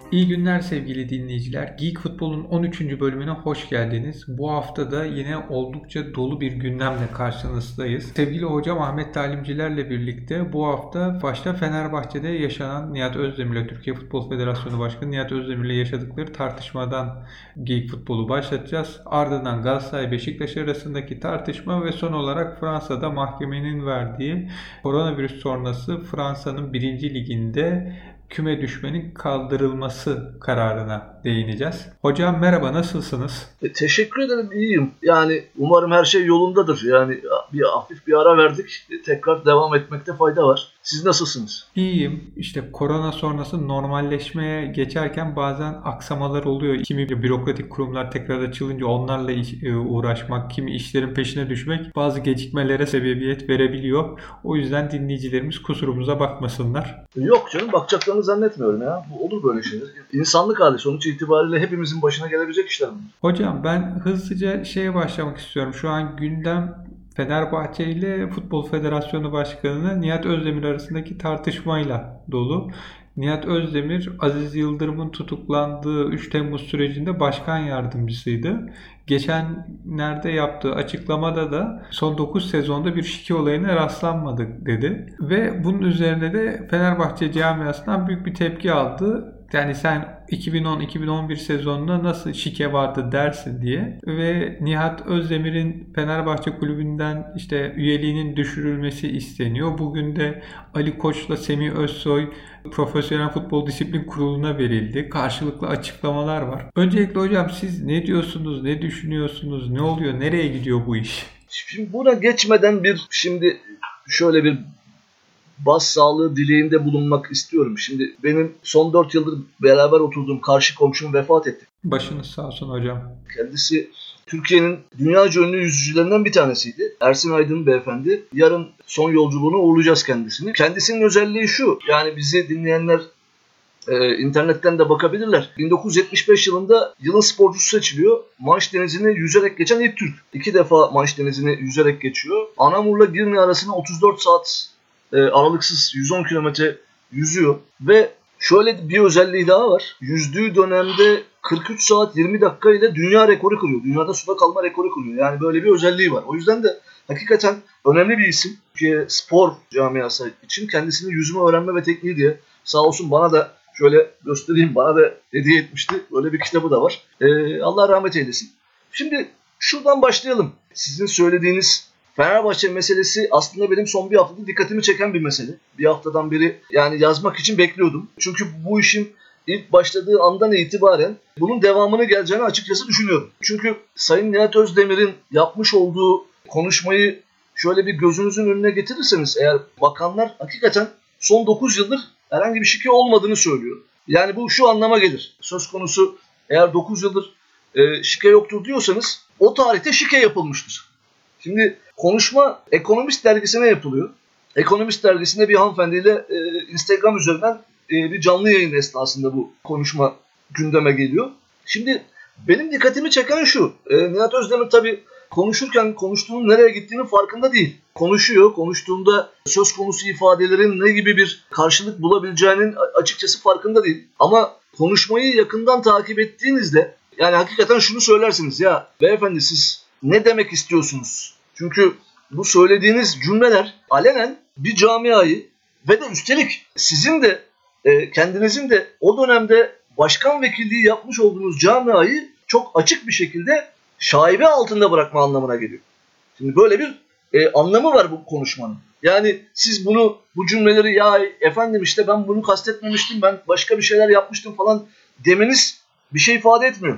İyi günler sevgili dinleyiciler. Geek Futbol'un 13. bölümüne hoş geldiniz. Bu hafta da yine oldukça dolu bir gündemle karşınızdayız. Sevgili hocam Ahmet Talimcilerle birlikte bu hafta başta Fenerbahçe'de yaşanan Nihat Özdemir'le, Türkiye Futbol Federasyonu Başkanı Nihat Özdemir'le yaşadıkları tartışmadan Geek Futbol'u başlatacağız. Ardından Galatasaray-Beşiktaş arasındaki tartışma ve son olarak Fransa'da mahkemenin verdiği koronavirüs sonrası Fransa'nın 1. Liginde küme düşmenin kaldırılması kararına değineceğiz. Hocam merhaba, nasılsınız? Teşekkür ederim, iyiyim. Yani umarım her şey yolundadır. Yani hafif bir ara verdik. Tekrar devam etmekte fayda var. Siz nasılsınız? İyiyim. İşte korona sonrası normalleşmeye geçerken bazen aksamalar oluyor. Kimi bürokratik kurumlar tekrar açılınca onlarla uğraşmak, kimi işlerin peşine düşmek bazı gecikmelere sebebiyet verebiliyor. O yüzden dinleyicilerimiz kusurumuza bakmasınlar. Yok canım, bakacaklarını zannetmiyorum ya. Bu olur böyle şeyler. İnsanlık hali, sonuç itibariyle hepimizin başına gelebilecek işler bunlar. Hocam ben hızlıca şeye başlamak istiyorum. Şu an gündem Fenerbahçe ile Futbol Federasyonu Başkanı Nihat Özdemir arasındaki tartışmayla dolu. Nihat Özdemir, Aziz Yıldırım'ın tutuklandığı 3 Temmuz sürecinde başkan yardımcısıydı. Geçenlerde yaptığı açıklamada da son 9 sezonda bir şike olayına rastlanmadık dedi. Ve bunun üzerine de Fenerbahçe camiasından büyük bir tepki aldı. Yani sen 2010-2011 sezonunda nasıl şike vardı dersin diye. Ve Nihat Özdemir'in Fenerbahçe kulübünden işte üyeliğinin düşürülmesi isteniyor. Bugün de Ali Koç'la Semih Özsoy Profesyonel Futbol Disiplin Kurulu'na verildi. Karşılıklı açıklamalar var. Öncelikle hocam siz ne diyorsunuz, ne düşünüyorsunuz, ne oluyor, nereye gidiyor bu iş? Şimdi buna geçmeden şöyle bir başsağlığı dileğinde bulunmak istiyorum. Şimdi benim son 4 yıldır beraber oturduğum karşı komşum vefat etti. Başınız sağ olsun hocam. Kendisi Türkiye'nin dünyaca ünlü yüzücülerinden bir tanesiydi. Ersin Aydın beyefendi. Yarın son yolculuğunu uğurlayacağız kendisini. Kendisinin özelliği şu, yani bizi dinleyenler internetten de bakabilirler. 1975 yılında yılın sporcusu seçiliyor. Manş Denizi'ni yüzerek geçen ilk Türk. 2 defa Manş Denizi'ni yüzerek geçiyor. Anamur'la Girne arasında 34 saat aralıksız 110 kilometre yüzüyor. Ve şöyle bir özelliği daha var. Yüzdüğü dönemde 43 saat 20 dakika ile dünya rekoru kırıyor. Dünyada suda kalma rekoru kırıyor. Yani böyle bir özelliği var. O yüzden de hakikaten önemli bir isim. Türkiye spor camiası için kendisini yüzme öğrenme ve tekniği diye sağ olsun bana da şöyle göstereyim, bana da hediye etmişti. Böyle bir kitabı da var. Allah rahmet eylesin. Şimdi şuradan başlayalım. Sizin söylediğiniz Fenerbahçe meselesi aslında benim son bir haftada dikkatimi çeken bir mesele. Bir haftadan beri yani yazmak için bekliyordum. Çünkü bu işin ilk başladığı andan itibaren bunun devamını geleceğini açıkçası düşünüyorum. Çünkü Sayın Nihat Özdemir'in yapmış olduğu konuşmayı şöyle bir gözünüzün önüne getirirseniz eğer, bakanlar hakikaten son 9 yıldır herhangi bir şike olmadığını söylüyor. Yani bu şu anlama gelir. Söz konusu eğer 9 yıldır şike yoktur diyorsanız o tarihte şike yapılmıştır. Şimdi konuşma Ekonomist dergisine yapılıyor. Ekonomist dergisinde bir hanımefendiyle Instagram üzerinden bir canlı yayın esnasında bu konuşma gündeme geliyor. Şimdi benim dikkatimi çeken şu. Nihat Özdemir tabii konuşurken konuştuğunun nereye gittiğinin farkında değil. Konuşuyor. Konuştuğunda söz konusu ifadelerin ne gibi bir karşılık bulabileceğinin açıkçası farkında değil. Ama konuşmayı yakından takip ettiğinizde yani hakikaten şunu söylersiniz. Ya beyefendi siz ne demek istiyorsunuz? Çünkü bu söylediğiniz cümleler alenen bir camiayı ve de üstelik sizin de kendinizin de o dönemde başkan vekilliği yapmış olduğunuz camiayı çok açık bir şekilde şaibe altında bırakma anlamına geliyor. Şimdi böyle bir anlamı var bu konuşmanın. Yani siz bu cümleleri ya efendim işte ben bunu kastetmemiştim, ben başka bir şeyler yapmıştım falan demeniz bir şey ifade etmiyor.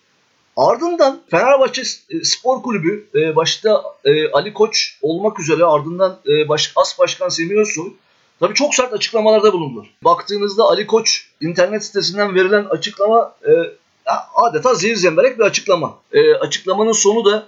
Ardından Fenerbahçe Spor Kulübü başta Ali Koç olmak üzere ardından As Başkan Semih Özsoy tabii çok sert açıklamalarda bulundular. Baktığınızda Ali Koç internet sitesinden verilen açıklama adeta zehir zemberek bir açıklama. Açıklamanın sonu da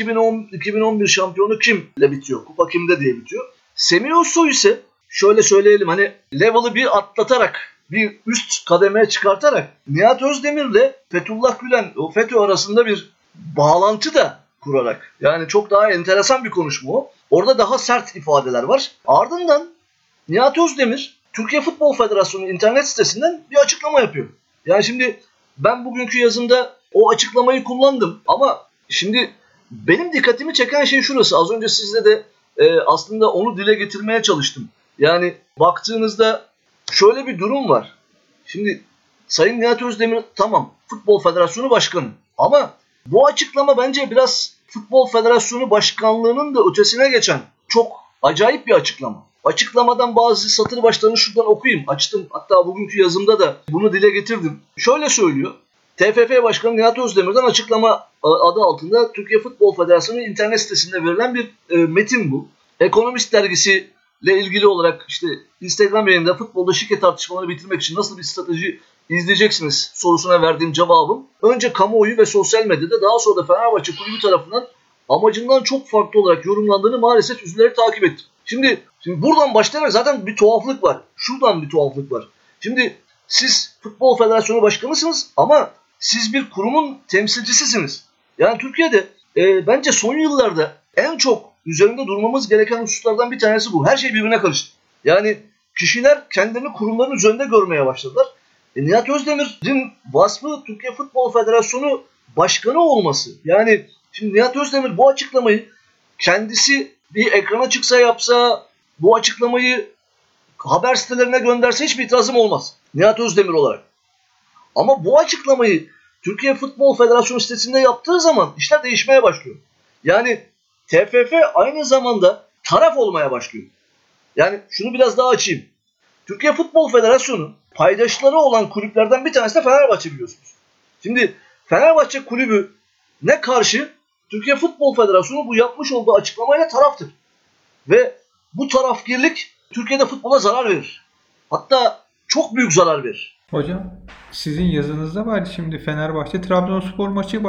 2011 şampiyonu kimle bitiyor? Kupa kimde diye bitiyor. Semih Özsoy ise şöyle söyleyelim, hani level'ı bir atlatarak, bir üst kademeye çıkartarak Nihat Özdemir'le Fethullah Gülen, o FETÖ arasında bir bağlantı da kurarak, yani çok daha enteresan bir konuşma o. Orada daha sert ifadeler var. Ardından Nihat Özdemir Türkiye Futbol Federasyonu internet sitesinden bir açıklama yapıyor. Yani şimdi ben bugünkü yazımda o açıklamayı kullandım ama şimdi benim dikkatimi çeken şey şurası. Az önce sizle de aslında onu dile getirmeye çalıştım. Yani baktığınızda şöyle bir durum var. Şimdi Sayın Nihat Özdemir tamam Futbol Federasyonu Başkanı ama bu açıklama bence biraz Futbol Federasyonu Başkanlığı'nın da ötesine geçen çok acayip bir açıklama. Açıklamadan bazı satır başlarını şuradan okuyayım. Açtım, hatta bugünkü yazımda da bunu dile getirdim. Şöyle söylüyor. TFF Başkanı Nihat Özdemir'den açıklama adı altında Türkiye Futbol Federasyonu internet sitesinde verilen bir metin bu. Ekonomist dergisiyle ilgili olarak işte Instagram yayında futbolda şike tartışmaları bitirmek için nasıl bir strateji izleyeceksiniz sorusuna verdiğim cevabım önce kamuoyu ve sosyal medyada daha sonra da Fenerbahçe Kulübü tarafından amacından çok farklı olarak yorumlandığını maalesef üzülerek takip ettim. Şimdi buradan başlayarak zaten bir tuhaflık var. Şuradan bir tuhaflık var. Şimdi siz Futbol Federasyonu Başkanısınız ama siz bir kurumun temsilcisisiniz. Yani Türkiye'de bence son yıllarda en çok üzerinde durmamız gereken hususlardan bir tanesi bu. Her şey birbirine karıştı. Yani kişiler kendilerini kurumların üzerinde görmeye başladılar. Nihat Özdemir'in vasfı Türkiye Futbol Federasyonu Başkanı olması. Yani şimdi Nihat Özdemir bu açıklamayı kendisi bir ekrana çıksa yapsa, bu açıklamayı haber sitelerine gönderse hiçbir itirazım olmaz. Nihat Özdemir olarak. Ama bu açıklamayı Türkiye Futbol Federasyonu sitesinde yaptığı zaman işler değişmeye başlıyor. Yani TFF aynı zamanda taraf olmaya başlıyor. Yani şunu biraz daha açayım. Türkiye Futbol Federasyonu paydaşları olan kulüplerden bir tanesi de Fenerbahçe biliyorsunuz. Şimdi Fenerbahçe Kulübü ne karşı Türkiye Futbol Federasyonu bu yapmış olduğu açıklamayla taraftır. Ve bu tarafgirlik Türkiye'de futbola zarar verir. Hatta çok büyük zarar verir. Hocam sizin yazınızda var şimdi Fenerbahçe Trabzonspor maçı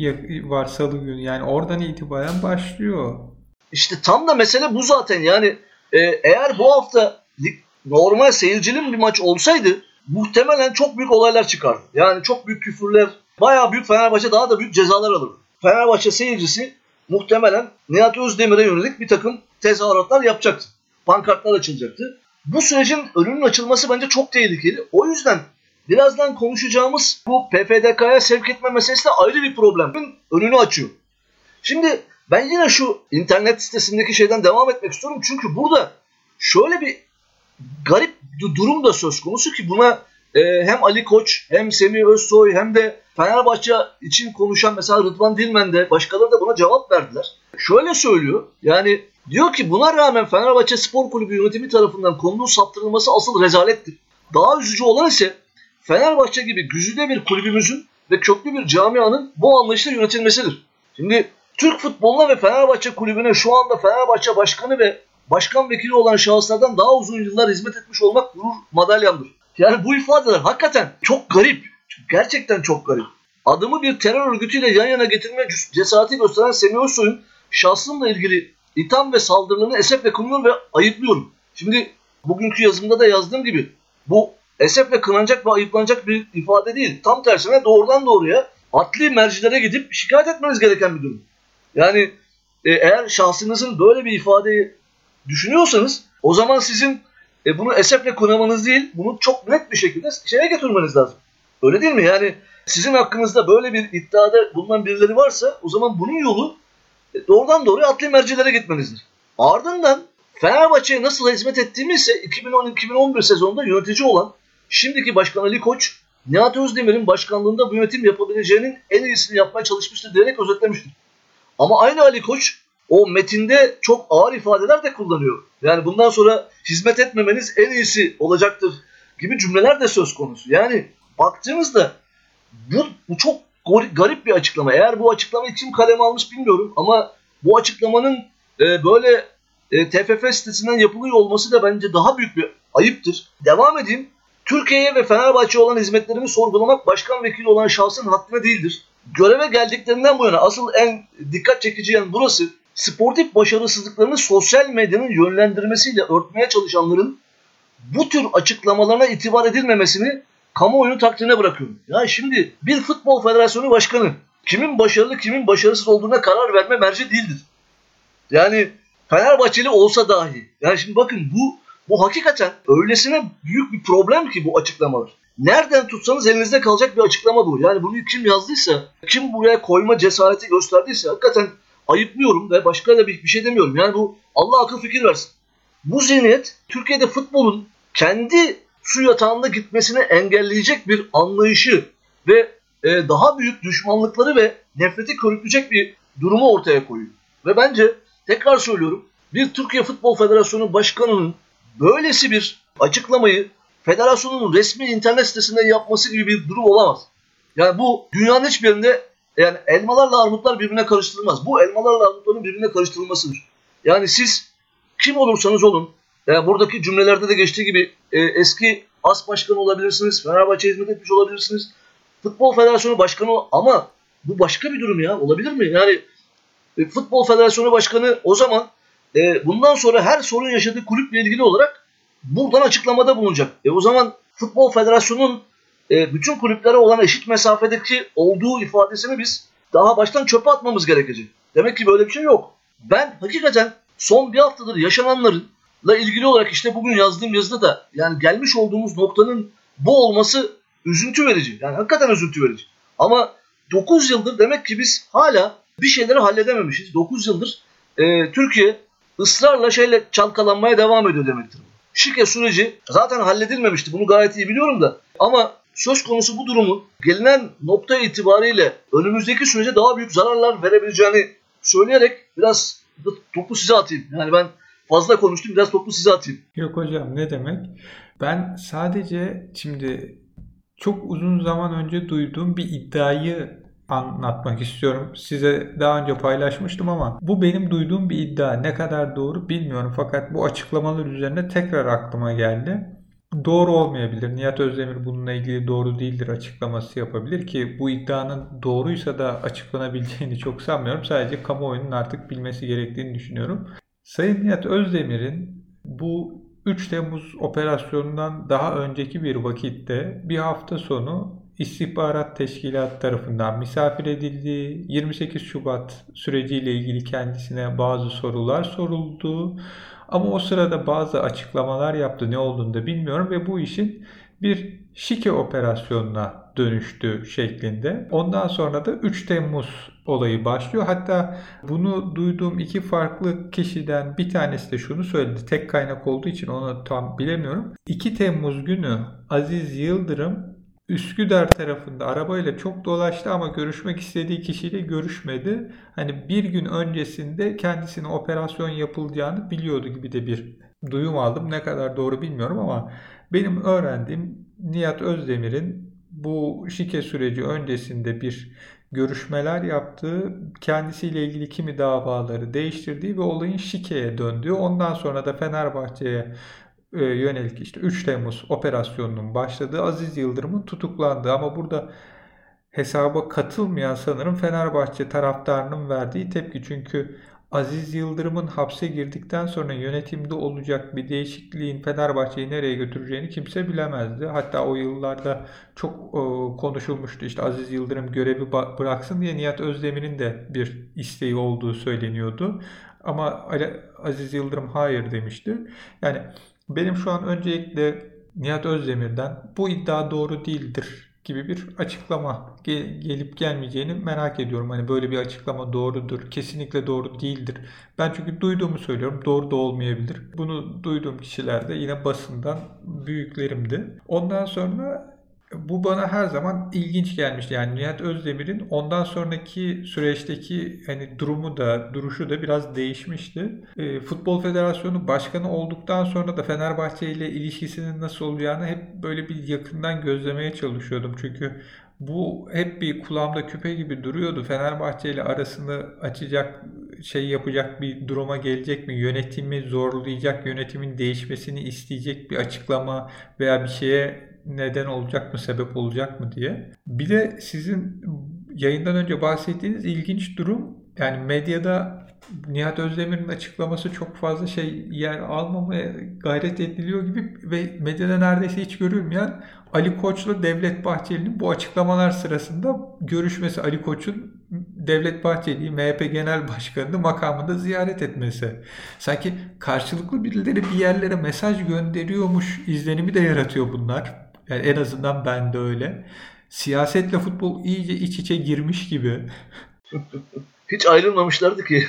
var Salı günü. Yani oradan itibaren başlıyor. İşte tam da mesele bu zaten. Yani eğer bu hafta normal seyircili bir maç olsaydı muhtemelen çok büyük olaylar çıkardı. Yani çok büyük küfürler, bayağı büyük Fenerbahçe daha da büyük cezalar alırdı. Fenerbahçe seyircisi muhtemelen Nihat Özdemir'e yönelik bir takım tezahüratlar yapacaktı. Pankartlar açılacaktı. Bu sürecin önünün açılması bence çok tehlikeli. O yüzden birazdan konuşacağımız bu PFDK'ya sevk etme meselesi de ayrı bir problemin önünü açıyor. Şimdi ben yine şu internet sitesindeki şeyden devam etmek istiyorum. Çünkü burada şöyle bir garip durum da söz konusu ki buna hem Ali Koç hem Semih Özsoy hem de Fenerbahçe için konuşan mesela Rıdvan Dilmen de başkaları da buna cevap verdiler. Şöyle söylüyor, yani diyor ki buna rağmen Fenerbahçe Spor Kulübü yönetimi tarafından konunun saptırılması asıl rezalettir. Daha üzücü olan ise Fenerbahçe gibi güzide bir kulübümüzün ve köklü bir camianın bu anlayışla yönetilmesidir. Şimdi Türk futboluna ve Fenerbahçe Kulübü'ne şu anda Fenerbahçe Başkanı ve Başkan Vekili olan şahıslardan daha uzun yıllar hizmet etmiş olmak gurur madalyamdır. Yani bu ifadeler hakikaten çok garip. Gerçekten çok garip. Adımı bir terör örgütüyle yan yana getirme cesareti gösteren Semih Özsoy'un şahsımla ilgili itham ve saldırılarını esefle kınıyorum ve ayıplıyorum. Şimdi bugünkü yazımda da yazdığım gibi bu esefle kınanacak ve ayıplanacak bir ifade değil. Tam tersine doğrudan doğruya adli mercilere gidip şikayet etmeniz gereken bir durum. Yani eğer şahsınızın böyle bir ifadeyi düşünüyorsanız o zaman sizin bunu esefle kınamanız değil, bunu çok net bir şekilde şeye getirmeniz lazım. Öyle değil mi? Yani sizin hakkınızda böyle bir iddiada bulunan birileri varsa o zaman bunun yolu doğrudan doğruya adli mercilere gitmenizdir. Ardından Fenerbahçe'ye nasıl hizmet ettiğimi ise 2010-2011 sezonunda yönetici olan şimdiki Başkan Ali Koç, Nihat Özdemir'in başkanlığında bu yönetim yapabileceğinin en iyisini yapmaya çalışmıştır diyerek özetlemiştir. Ama aynı Ali Koç o metinde çok ağır ifadeler de kullanıyor. Yani bundan sonra hizmet etmemeniz en iyisi olacaktır gibi cümleler de söz konusu. Yani baktığınızda bu çok garip bir açıklama. Eğer bu açıklamayı kim kaleme almış bilmiyorum ama bu açıklamanın böyle TFF sitesinden yapılıyor olması da bence daha büyük bir ayıptır. Devam edeyim. Türkiye'ye ve Fenerbahçe'ye olan hizmetlerini sorgulamak başkan vekili olan şahsın haddine değildir. Göreve geldiklerinden bu yana asıl en dikkat çekici yan burası. Sportif başarısızlıklarını sosyal medyanın yönlendirmesiyle örtmeye çalışanların bu tür açıklamalarına itibar edilmemesini kamuoyunun takdirine bırakıyorum. Ya şimdi bir futbol federasyonu başkanı kimin başarılı kimin başarısız olduğuna karar verme merci değildir. Yani Fenerbahçeli olsa dahi. Yani şimdi bakın bu hakikaten öylesine büyük bir problem ki bu açıklamalar. nereden tutsanız elinizde kalacak bir açıklama bu. Yani bunu kim yazdıysa, kim buraya koyma cesareti gösterdiyse hakikaten ayıplıyorum ve başka da bir şey demiyorum. Yani bu Allah akıl fikir versin. Bu zihniyet Türkiye'de futbolun kendi su yatağında gitmesini engelleyecek bir anlayışı ve daha büyük düşmanlıkları ve nefreti körükleyecek bir durumu ortaya koyuyor. Ve bence tekrar söylüyorum, bir Türkiye Futbol Federasyonu Başkanı'nın böylesi bir açıklamayı federasyonun resmi internet sitesinde yapması gibi bir durum olamaz. Yani bu dünyanın hiçbir yerinde, yani elmalarla armutlar birbirine karıştırılmaz. Bu elmalarla armutların birbirine karıştırılmasıdır. Yani siz kim olursanız olun, yani buradaki cümlelerde de geçtiği gibi eski AS Başkanı olabilirsiniz, Fenerbahçe'ye hizmet etmiş olabilirsiniz, Futbol Federasyonu Başkanı, ama bu başka bir durum ya. Olabilir mi? Yani Futbol Federasyonu Başkanı o zaman bundan sonra her sorun yaşadığı kulüple ilgili olarak buradan açıklamada bulunacak. O zaman Futbol Federasyonu'nun bütün kulüplere olan eşit mesafedeki olduğu ifadesini biz daha baştan çöpe atmamız gerekecek. Demek ki böyle bir şey yok. Ben hakikaten son bir haftadır yaşananlarla ilgili olarak işte bugün yazdığım yazıda da yani gelmiş olduğumuz noktanın bu olması üzüntü verici. Yani hakikaten üzüntü verici. Ama 9 yıldır demek ki biz hala bir şeyleri halledememişiz. 9 yıldır Türkiye ısrarla çalkalanmaya devam ediyor demektir. Şike süreci zaten halledilmemişti. Bunu gayet iyi biliyorum da. Ama söz konusu bu durumun gelinen nokta itibariyle önümüzdeki sürece daha büyük zararlar verebileceğini söyleyerek biraz topu size atayım. Yani ben fazla konuştum, biraz topu size atayım. Yok hocam, ne demek? Ben sadece şimdi çok uzun zaman önce duyduğum bir iddiayı anlatmak istiyorum. Size daha önce paylaşmıştım ama bu benim duyduğum bir iddia. Ne kadar doğru bilmiyorum fakat bu açıklamalar üzerine tekrar aklıma geldi. Doğru olmayabilir. Nihat Özdemir bununla ilgili doğru değildir açıklaması yapabilir ki bu iddianın doğruysa da açıklanabileceğini çok sanmıyorum. Sadece kamuoyunun artık bilmesi gerektiğini düşünüyorum. Sayın Nihat Özdemir'in bu 3 Temmuz operasyonundan daha önceki bir vakitte bir hafta sonu İstihbarat Teşkilatı tarafından misafir edildiği, 28 Şubat süreciyle ilgili kendisine bazı sorular soruldu. Ama o sırada bazı açıklamalar yaptı, ne olduğunu da bilmiyorum ve bu işin bir şike operasyonuna dönüştü şeklinde. Ondan sonra da 3 Temmuz olayı başlıyor. Hatta bunu duyduğum iki farklı kişiden bir tanesi de şunu söyledi. Tek kaynak olduğu için onu tam bilemiyorum. 2 Temmuz günü Aziz Yıldırım Üsküdar tarafında arabayla çok dolaştı ama görüşmek istediği kişiyle görüşmedi. Hani bir gün öncesinde kendisine operasyon yapılacağını biliyordu gibi de bir duyum aldım. Ne kadar doğru bilmiyorum ama benim öğrendiğim Nihat Özdemir'in bu şike süreci öncesinde bir görüşmeler yaptığı, kendisiyle ilgili kimi davaları değiştirdiği ve olayın şikeye döndüğü. Ondan sonra da Fenerbahçe'ye yönelik işte 3 Temmuz operasyonunun başladığı, Aziz Yıldırım'ın tutuklandığı, ama burada hesaba katılmayan sanırım Fenerbahçe taraftarının verdiği tepki. Çünkü Aziz Yıldırım'ın hapse girdikten sonra yönetimde olacak bir değişikliğin Fenerbahçe'yi nereye götüreceğini kimse bilemezdi. Hatta o yıllarda çok konuşulmuştu. İşte Aziz Yıldırım görevi bıraksın diye Nihat Özdemir'in de bir isteği olduğu söyleniyordu. Ama Aziz Yıldırım hayır demişti. Yani benim şu an öncelikle Nihat Özdemir'den bu iddia doğru değildir gibi bir açıklama gelip gelmeyeceğini merak ediyorum. Hani böyle bir açıklama doğrudur, kesinlikle doğru değildir. Ben çünkü duyduğumu söylüyorum, doğru da olmayabilir. Bunu duyduğum kişiler de yine basından büyüklerimdi. Ondan sonra bu bana her zaman ilginç gelmişti. Yani Nihat Özdemir'in ondan sonraki süreçteki hani duruşu da biraz değişmişti. Futbol Federasyonu Başkanı olduktan sonra da Fenerbahçe ile ilişkisinin nasıl olacağını hep böyle bir yakından gözlemeye çalışıyordum. Çünkü bu hep bir kulağımda küpe gibi duruyordu. Fenerbahçe ile arasını açacak, yapacak bir duruma gelecek mi? Yönetimi zorlayacak, yönetimin değişmesini isteyecek bir açıklama veya bir şeye neden olacak mı, sebep olacak mı diye. Bir de sizin yayından önce bahsettiğiniz ilginç durum, yani medyada Nihat Özdemir'in açıklaması çok fazla yer almamaya gayret ediliyor gibi ve medyada neredeyse hiç görülmeyen Ali Koç'la Devlet Bahçeli'nin bu açıklamalar sırasında görüşmesi, Ali Koç'un Devlet Bahçeli'yi MHP Genel Başkanı'nı makamında ziyaret etmesi. Sanki karşılıklı birileri bir yerlere mesaj gönderiyormuş izlenimi de yaratıyor bunlar. Yani en azından ben de öyle. Siyasetle futbol iyice iç içe girmiş gibi. Hiç ayrılmamışlardı ki.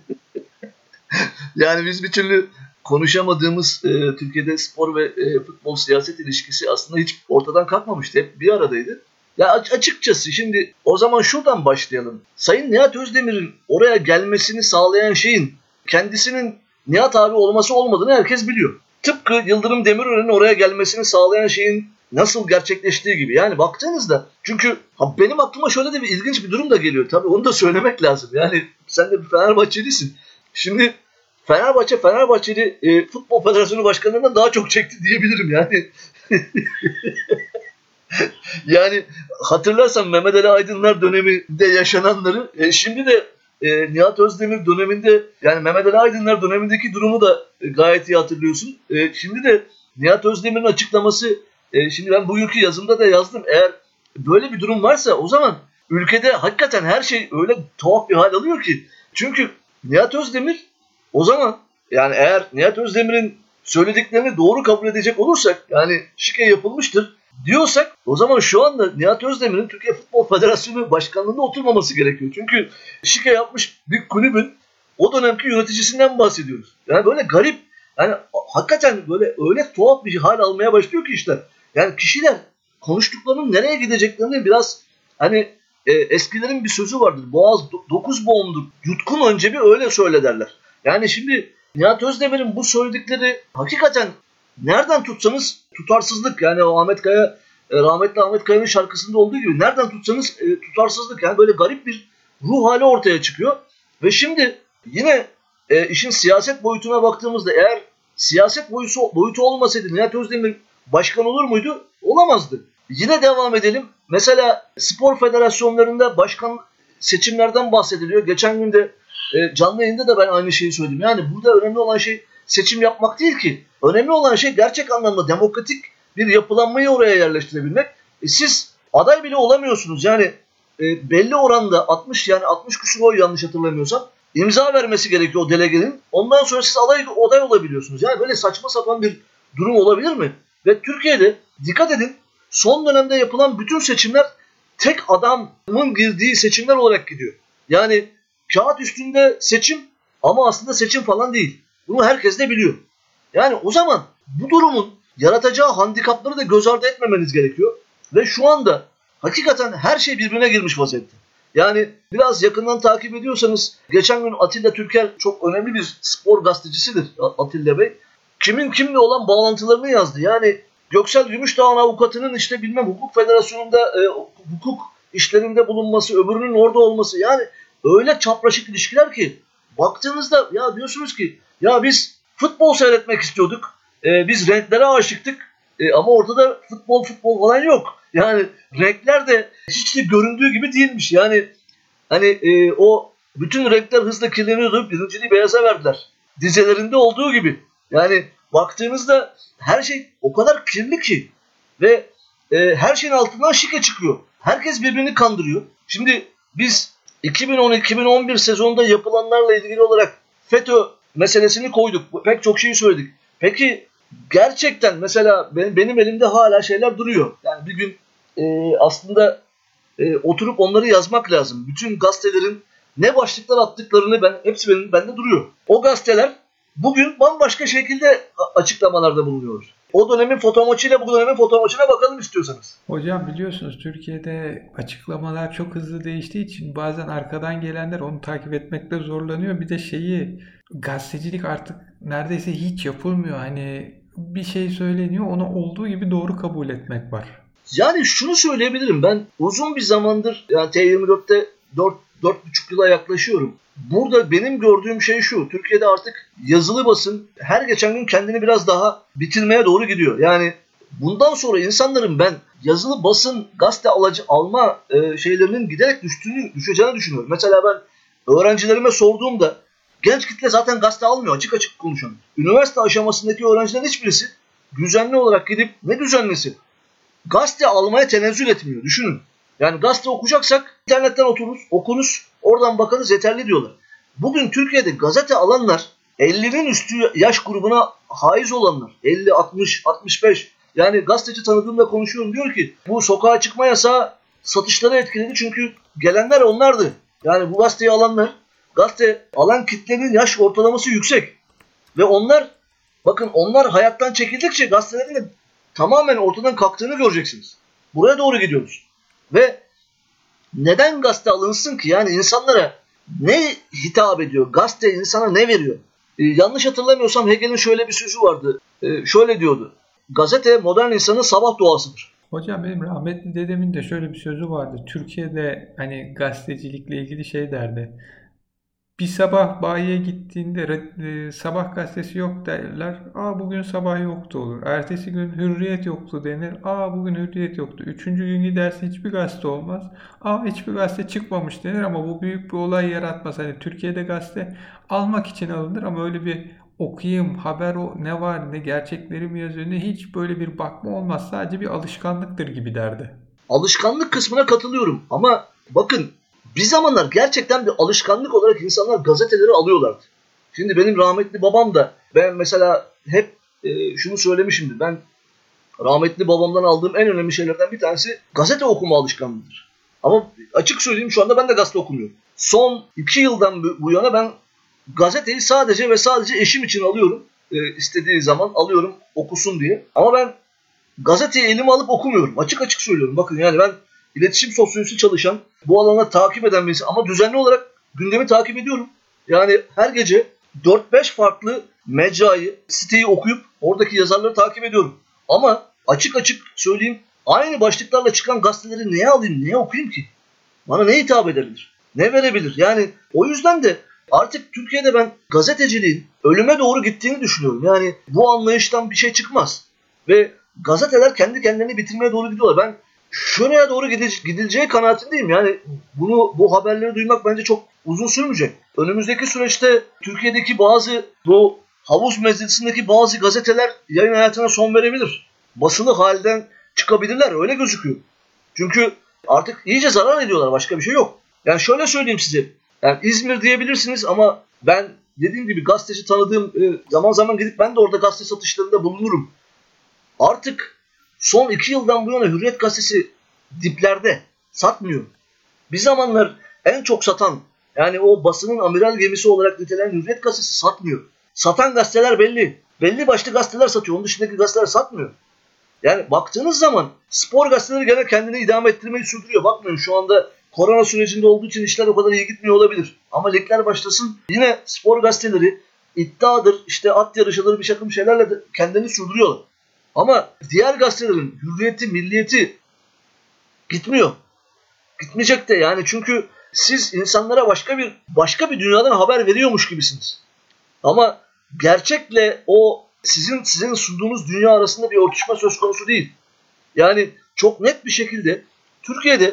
Yani biz bir türlü konuşamadığımız Türkiye'de spor ve futbol siyaset ilişkisi aslında hiç ortadan kalkmamıştı. Hep bir aradaydı. Ya açıkçası şimdi o zaman şuradan başlayalım. Sayın Nihat Özdemir'in oraya gelmesini sağlayan şeyin kendisinin Nihat abi olması olmadığını herkes biliyor. Tıpkı Yıldırım Demirören'in oraya gelmesini sağlayan şeyin nasıl gerçekleştiği gibi. Yani baktığınızda çünkü benim aklıma şöyle de bir ilginç bir durum da geliyor. Tabii onu da söylemek lazım. Yani sen de bir Fenerbahçelisin. Şimdi Fenerbahçeli Futbol Federasyonu Başkanı'ndan daha çok çekti diyebilirim yani. Yani hatırlarsan Mehmet Ali Aydınlar döneminde yaşananları şimdi de Nihat Özdemir döneminde yani Mehmet Ali Aydınlar dönemindeki durumu da gayet iyi hatırlıyorsun. Şimdi de Nihat Özdemir'in açıklaması şimdi ben bugünkü yazımda da yazdım. Eğer böyle bir durum varsa o zaman ülkede hakikaten her şey öyle tuhaf bir hal alıyor ki. Çünkü Nihat Özdemir o zaman yani eğer Nihat Özdemir'in söylediklerini doğru kabul edecek olursak yani şike yapılmıştır diyorsak o zaman şu anda Nihat Özdemir'in Türkiye Futbol Federasyonu Başkanlığı'nda oturmaması gerekiyor. Çünkü şike yapmış bir kulübün o dönemki yöneticisinden bahsediyoruz. Yani böyle garip yani hakikaten böyle öyle tuhaf bir hal almaya başlıyor ki işte. Yani kişiler konuştuklarının nereye gideceklerini biraz hani eskilerin bir sözü vardır. Boğaz 9 boğumdur. Yutkun önce bir öyle söyle derler. Yani şimdi Nihat Özdemir'in bu söyledikleri hakikaten nereden tutsanız tutarsızlık. Yani o rahmetli Ahmet Kaya'nın şarkısında olduğu gibi nereden tutsanız tutarsızlık. Yani böyle garip bir ruh hali ortaya çıkıyor. Ve şimdi yine işin siyaset boyutuna baktığımızda eğer siyaset boyutu olmasaydı Nihat Özdemir başkan olur muydu? Olamazdı. Yine devam edelim. Mesela spor federasyonlarında başkan seçimlerden bahsediliyor. Geçen gün de canlı yayında da ben aynı şeyi söyledim. Yani burada önemli olan şey seçim yapmak değil ki. Önemli olan şey gerçek anlamda demokratik bir yapılanmayı oraya yerleştirebilmek. Siz aday bile olamıyorsunuz. Yani belli oranda 60 küsur oy yanlış hatırlamıyorsam imza vermesi gerekiyor o delegenin. Ondan sonra siz aday olabiliyorsunuz. Yani böyle saçma sapan bir durum olabilir mi? Ve Türkiye'de dikkat edin son dönemde yapılan bütün seçimler tek adamın girdiği seçimler olarak gidiyor. Yani kağıt üstünde seçim ama aslında seçim falan değil. Bunu herkes de biliyor. Yani o zaman bu durumun yaratacağı handikapları da göz ardı etmemeniz gerekiyor. Ve şu anda hakikaten her şey birbirine girmiş vaziyette. Yani biraz yakından takip ediyorsanız geçen gün Atilla Türker çok önemli bir spor gazetecisidir Atilla Bey. Kimin kimle olan bağlantılarını yazdı. Yani Göksel Gümüşdağ'ın avukatının işte bilmem hukuk federasyonunda hukuk işlerinde bulunması, öbürünün orada olması yani öyle çapraşık ilişkiler ki baktığınızda ya diyorsunuz ki ya biz futbol seyretmek istiyorduk. Biz renklere aşıktık. Ama ortada futbol falan yok. Yani renkler de hiç de göründüğü gibi değilmiş. Yani hani o bütün renkler hızla kirleniyordu. Birinciliği beyaza verdiler. Dizelerinde olduğu gibi. Yani baktığınızda her şey o kadar kirli ki ve her şeyin altından şike çıkıyor. Herkes birbirini kandırıyor. Şimdi biz 2010-2011 sezonunda yapılanlarla ilgili olarak FETÖ meselesini koyduk. Pek çok şeyi söyledik. Peki gerçekten mesela benim elimde hala şeyler duruyor. Yani bir gün aslında oturup onları yazmak lazım. Bütün gazetelerin ne başlıklar attıklarını hepsi bende duruyor. O gazeteler bugün bambaşka şekilde açıklamalarda bulunuyorlar. O dönemin fotomaçıyla bu dönemin fotomaçına bakalım istiyorsanız. Hocam biliyorsunuz Türkiye'de açıklamalar çok hızlı değiştiği için bazen arkadan gelenler onu takip etmekte zorlanıyor. Bir de gazetecilik artık neredeyse hiç yapılmıyor. Hani bir şey söyleniyor onu olduğu gibi doğru kabul etmek var. Yani şunu söyleyebilirim ben uzun bir zamandır yani T24'te 4,5 yıla yaklaşıyorum. Burada benim gördüğüm şey şu. Türkiye'de artık yazılı basın her geçen gün kendini biraz daha bitirmeye doğru gidiyor. Yani bundan sonra insanların ben yazılı basın gazete alma şeylerinin giderek düşeceğini düşünüyorum. Mesela ben öğrencilerime sorduğumda genç kitle zaten gazete almıyor açık açık konuşuyorum. Üniversite aşamasındaki öğrencilerin hiçbirisi düzenli olarak gidip ne düzenlisi? Gazete almaya tenezzül etmiyor. Düşünün. Yani gazete okuyacaksak internetten okunuz, oradan bakarız yeterli diyorlar. Bugün Türkiye'de gazete alanlar 50'nin üstü yaş grubuna haiz olanlar. 50, 60, 65 Yani gazeteci tanıdığımla konuşuyorum, diyor ki bu sokağa çıkma yasağı satışları etkiledi çünkü gelenler onlardı. Yani bu gazeteyi alanlar, gazete alan kitlenin yaş ortalaması yüksek. Ve onlar hayattan çekildikçe gazetelerin de tamamen ortadan kalktığını göreceksiniz. Buraya doğru gidiyoruz. Ve neden gazete alınsın ki? Yani insanlara ne hitap ediyor? Gazete insana ne veriyor? Yanlış hatırlamıyorsam Hegel'in şöyle bir sözü vardı. Şöyle diyordu. Gazete modern insanın sabah doğasıdır. Hocam benim rahmetli dedemin de şöyle bir sözü vardı. Türkiye'de hani gazetecilikle ilgili şey derdi. Bir sabah bayiye gittiğinde sabah gazetesi yok derler. Aa bugün sabah yoktu olur. Ertesi gün hürriyet yoktu denir. Aa bugün hürriyet yoktu. Üçüncü gün gidersin hiçbir gazete olmaz. Aa hiçbir gazete çıkmamış denir ama bu büyük bir olay yaratmaz. Hani Türkiye'de gazete almak için alınır ama öyle bir okuyayım haber o ne var ne gerçekleri mi yazıyor ne hiç böyle bir bakma olmaz. Sadece bir alışkanlıktır gibi derdi. Alışkanlık kısmına katılıyorum ama bakın bir zamanlar gerçekten bir alışkanlık olarak insanlar gazeteleri alıyorlardı. Şimdi benim rahmetli babam da, ben mesela hep şunu söylemişimdir. Ben rahmetli babamdan aldığım en önemli şeylerden bir tanesi gazete okuma alışkanlığıdır. Ama açık söyleyeyim, şu anda ben de gazete okumuyorum. Son 2 yıldan bu yana ben gazeteyi sadece ve sadece eşim için alıyorum. İstediği zaman alıyorum okusun diye. Ama ben gazeteyi elime alıp okumuyorum. Açık açık söylüyorum. Bakın yani ben iletişim sosyolojisi çalışan, bu alana takip eden birisi ama düzenli olarak gündemi takip ediyorum. Yani her gece 4-5 farklı mecrayı, siteyi okuyup oradaki yazarları takip ediyorum. Ama açık açık söyleyeyim, aynı başlıklarla çıkan gazeteleri neye alayım, neye okuyayım ki? Bana ne hitap edebilir? Ne verebilir? Yani o yüzden de artık Türkiye'de ben gazeteciliğin ölüme doğru gittiğini düşünüyorum. Yani bu anlayıştan bir şey çıkmaz. Ve gazeteler kendi kendilerini bitirmeye doğru gidiyorlar. Ben şuraya doğru gidileceği kanaatindeyim. Yani bu haberleri duymak bence çok uzun sürmeyecek. Önümüzdeki süreçte Türkiye'deki bu havuz meclisindeki bazı gazeteler yayın hayatına son verebilir. Basılı halden çıkabilirler. Öyle gözüküyor. Çünkü artık iyice zarar ediyorlar. Başka bir şey yok. Yani şöyle söyleyeyim size. Yani İzmir diyebilirsiniz ama ben dediğim gibi gazeteci tanıdığım, zaman zaman gidip ben de orada gazete satışlarında bulunurum. Artık son 2 yıldan bu yana Hürriyet gazetesi diplerde satmıyor. Bir zamanlar en çok satan, yani o basının amiral gemisi olarak nitelenen Hürriyet gazetesi satmıyor. Satan gazeteler belli. Belli başlı gazeteler satıyor. Onun dışındaki gazeteler satmıyor. Yani baktığınız zaman spor gazeteleri gene kendini idame ettirmeyi sürdürüyor. Bakmayın, şu anda korona sürecinde olduğu için işler o kadar iyi gitmiyor olabilir. Ama ligler başlasın yine spor gazeteleri iddiadır, işte at yarışıdır, bir takım şeylerle de kendini sürdürüyorlar. Ama diğer gazetelerin hürriyeti, milliyeti gitmiyor. Gitmeyecek de yani, çünkü siz insanlara başka bir dünyadan haber veriyormuş gibisiniz. Ama gerçekle o sizin sunduğunuz dünya arasında bir örtüşme söz konusu değil. Yani çok net bir şekilde Türkiye'de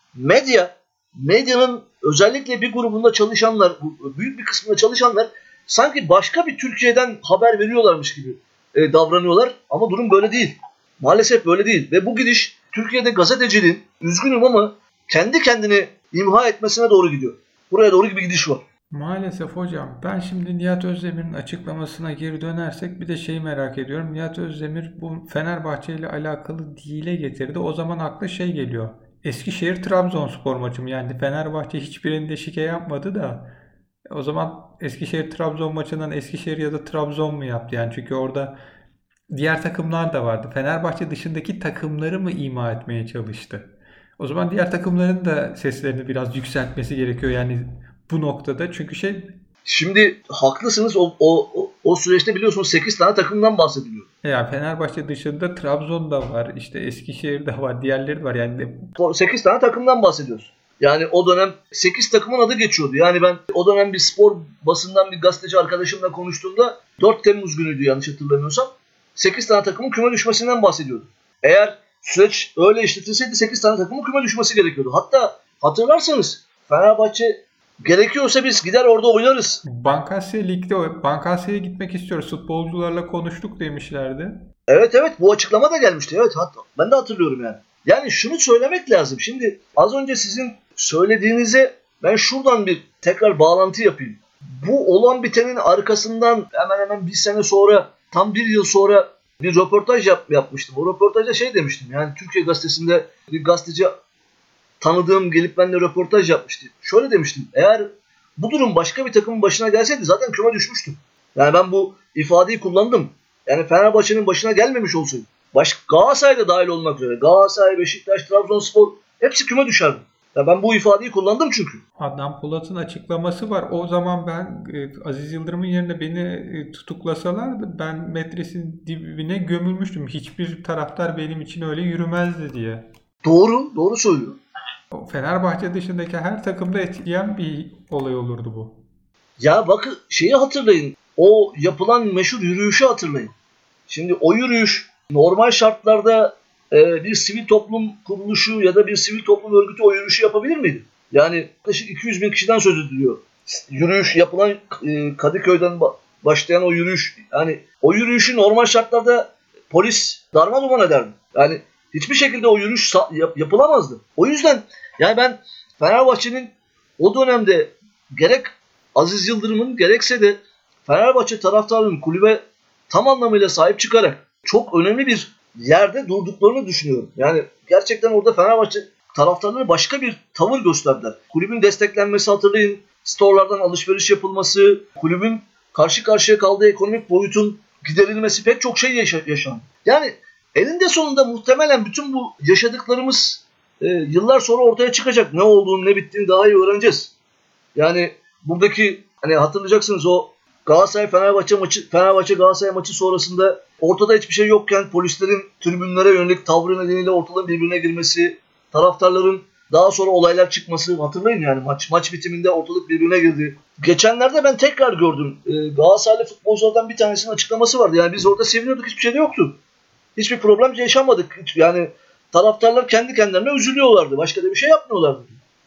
medyanın özellikle bir grubunda çalışanlar, büyük bir kısmında çalışanlar sanki başka bir Türkiye'den haber veriyorlarmış gibi davranıyorlar. Ama durum böyle değil. Maalesef böyle değil. Ve bu gidiş Türkiye'de gazeteciliğin, üzgünüm ama kendi kendini imha etmesine doğru gidiyor. Buraya doğru bir gidiş var. Maalesef hocam. Ben şimdi Nihat Özdemir'in açıklamasına geri dönersek bir de şeyi merak ediyorum. Nihat Özdemir bu Fenerbahçe ile alakalı dile getirdi. O zaman akla şey geliyor. Eskişehir Trabzonspor maçı mı? Yani Fenerbahçe hiçbirinde şike yapmadı da o zaman Eskişehir Trabzon maçından Eskişehir ya da Trabzon mu yaptı? Yani çünkü orada diğer takımlar da vardı. Fenerbahçe dışındaki takımları mı ima etmeye çalıştı? O zaman diğer takımların da seslerini biraz yükseltmesi gerekiyor. Yani bu noktada çünkü Şimdi haklısınız, o süreçte biliyorsunuz 8 tane takımdan bahsediliyor. yani Fenerbahçe dışında Trabzon'da var, işte Eskişehir'de var, diğerleri de var. Yani 8 tane takımdan bahsediyoruz. Yani o dönem 8 takımın adı geçiyordu. Yani ben o dönem bir spor basından bir gazeteci arkadaşımla konuştuğumda 4 Temmuz günüydü yanlış hatırlamıyorsam. 8 tane takımın küme düşmesinden bahsediyordu. Eğer süreç öyle işletilseydi 8 tane takımın küme düşmesi gerekiyordu. Hatta hatırlarsanız Fenerbahçe gerekiyorsa biz gider orada oynarız. Bankasya Lig'de Bankasya'ya gitmek istiyoruz. Futbolcularla konuştuk demişlerdi. Evet, bu açıklama da gelmişti. Evet, hatta ben de hatırlıyorum yani. Yani şunu söylemek lazım. Şimdi az önce sizin söylediğinize ben şuradan bir tekrar bağlantı yapayım. Bu olan bitenin arkasından hemen hemen bir sene sonra, tam bir yıl sonra bir röportaj yapmıştım. O röportajda şey demiştim. Yani Türkiye Gazetesi'nde bir gazeteci tanıdığım gelip benimle röportaj yapmıştı. Şöyle demiştim. Eğer bu durum başka bir takımın başına gelseydi zaten küme düşmüştüm. Yani ben bu ifadeyi kullandım. Yani Fenerbahçe'nin başına gelmemiş olsaydı. Galatasaray'da dahil olmak üzere. Galatasaray, Beşiktaş, Trabzonspor hepsi küme düşerdi. Ya ben bu ifadeyi kullandım çünkü. Adnan Polat'ın açıklaması var. O zaman ben Aziz Yıldırım'ın yerine beni tutuklasalardı ben metresin dibine gömülmüştüm. Hiçbir taraftar benim için öyle yürümezdi diye. Doğru söylüyor. Fenerbahçe dışındaki her takımda etkileyen bir olay olurdu bu. Ya bakın şeyi hatırlayın. O yapılan meşhur yürüyüşü hatırlayın. Şimdi o yürüyüş normal şartlarda bir sivil toplum kuruluşu ya da bir sivil toplum örgütü o yürüyüşü yapabilir miydi? Yani yaklaşık 200 bin kişiden söz ediliyor. Yürüyüş yapılan Kadıköy'den başlayan o yürüyüş. Yani o yürüyüşü normal şartlarda polis darmadağın ederdi. Yani hiçbir şekilde o yürüyüş yapılamazdı. O yüzden yani ben Fenerbahçe'nin o dönemde gerek Aziz Yıldırım'ın gerekse de Fenerbahçe taraftarının kulübe tam anlamıyla sahip çıkarak çok önemli bir yerde durduklarını düşünüyorum. Yani gerçekten orada Fenerbahçe taraftarları başka bir tavır gösterdiler. Kulübün desteklenmesi hatırlayın. Storelardan alışveriş yapılması, kulübün karşı karşıya kaldığı ekonomik boyutun giderilmesi pek çok şey yaşandı. Yani elinde sonunda muhtemelen bütün bu yaşadıklarımız yıllar sonra ortaya çıkacak. Ne olduğunu ne bittiğini daha iyi öğreneceğiz. Yani buradaki hani hatırlayacaksınız o Galatasaray-Fenerbahçe maçı, Fenerbahçe-Galatasaray maçı sonrasında ortada hiçbir şey yokken polislerin tribünlere yönelik tavrı nedeniyle ortalığı birbirine girmesi, taraftarların daha sonra olaylar çıkması hatırlayın yani maç bitiminde ortalık birbirine girdi. Geçenlerde ben tekrar gördüm. Galatasaraylı futbolculardan bir tanesinin açıklaması vardı. Yani biz orada seviniyorduk, hiçbir şey de yoktu. Hiçbir problem yaşamadık. Yani taraftarlar kendi kendilerine üzülüyorlardı. Başka da bir şey yapmıyorlardı.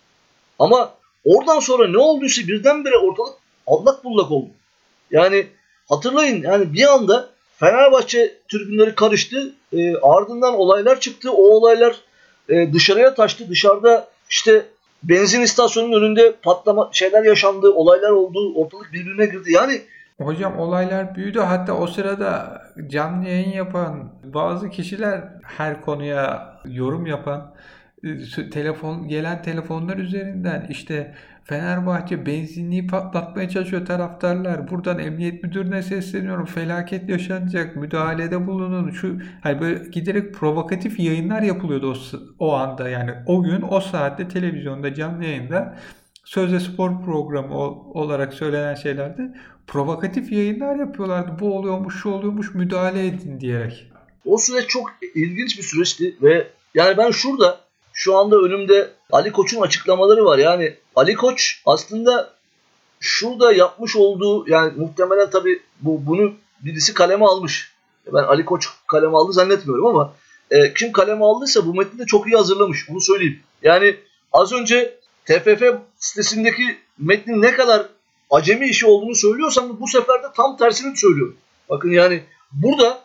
Ama oradan sonra ne olduysa birdenbire ortalık allak bullak oldu. Yani hatırlayın yani bir anda Fenerbahçe tribünleri karıştı. Ardından olaylar çıktı. O olaylar dışarıya taştı. Dışarıda işte benzin istasyonunun önünde patlama şeyler yaşandı. Olaylar oldu. Ortalık birbirine girdi. Yani hocam olaylar büyüdü. Hatta o sırada canlı yayın yapan bazı kişiler her konuya yorum yapan gelen telefonlar üzerinden işte Fenerbahçe benzinliği patlatmaya çalışıyor taraftarlar. Buradan emniyet müdürüne sesleniyorum. Felaket yaşanacak. Müdahalede bulunun. Hani böyle giderek provokatif yayınlar yapılıyordu o anda. Yani o gün o saatte televizyonda canlı yayında sözde spor programı olarak söylenen şeylerde provokatif yayınlar yapıyorlardı. Bu oluyormuş, şu oluyormuş, müdahale edin diyerek. O süreç çok ilginç bir süreçti ve yani ben şu anda önümde Ali Koç'un açıklamaları var. Yani Ali Koç aslında şurada yapmış olduğu yani muhtemelen tabii bunu birisi kaleme almış. Ben Ali Koç kaleme aldı zannetmiyorum ama kim kaleme aldıysa bu metni de çok iyi hazırlamış. Bunu söyleyeyim. Yani az önce TFF sitesindeki metnin ne kadar acemi işi olduğunu söylüyorsam bu sefer de tam tersini söylüyorum. Bakın yani burada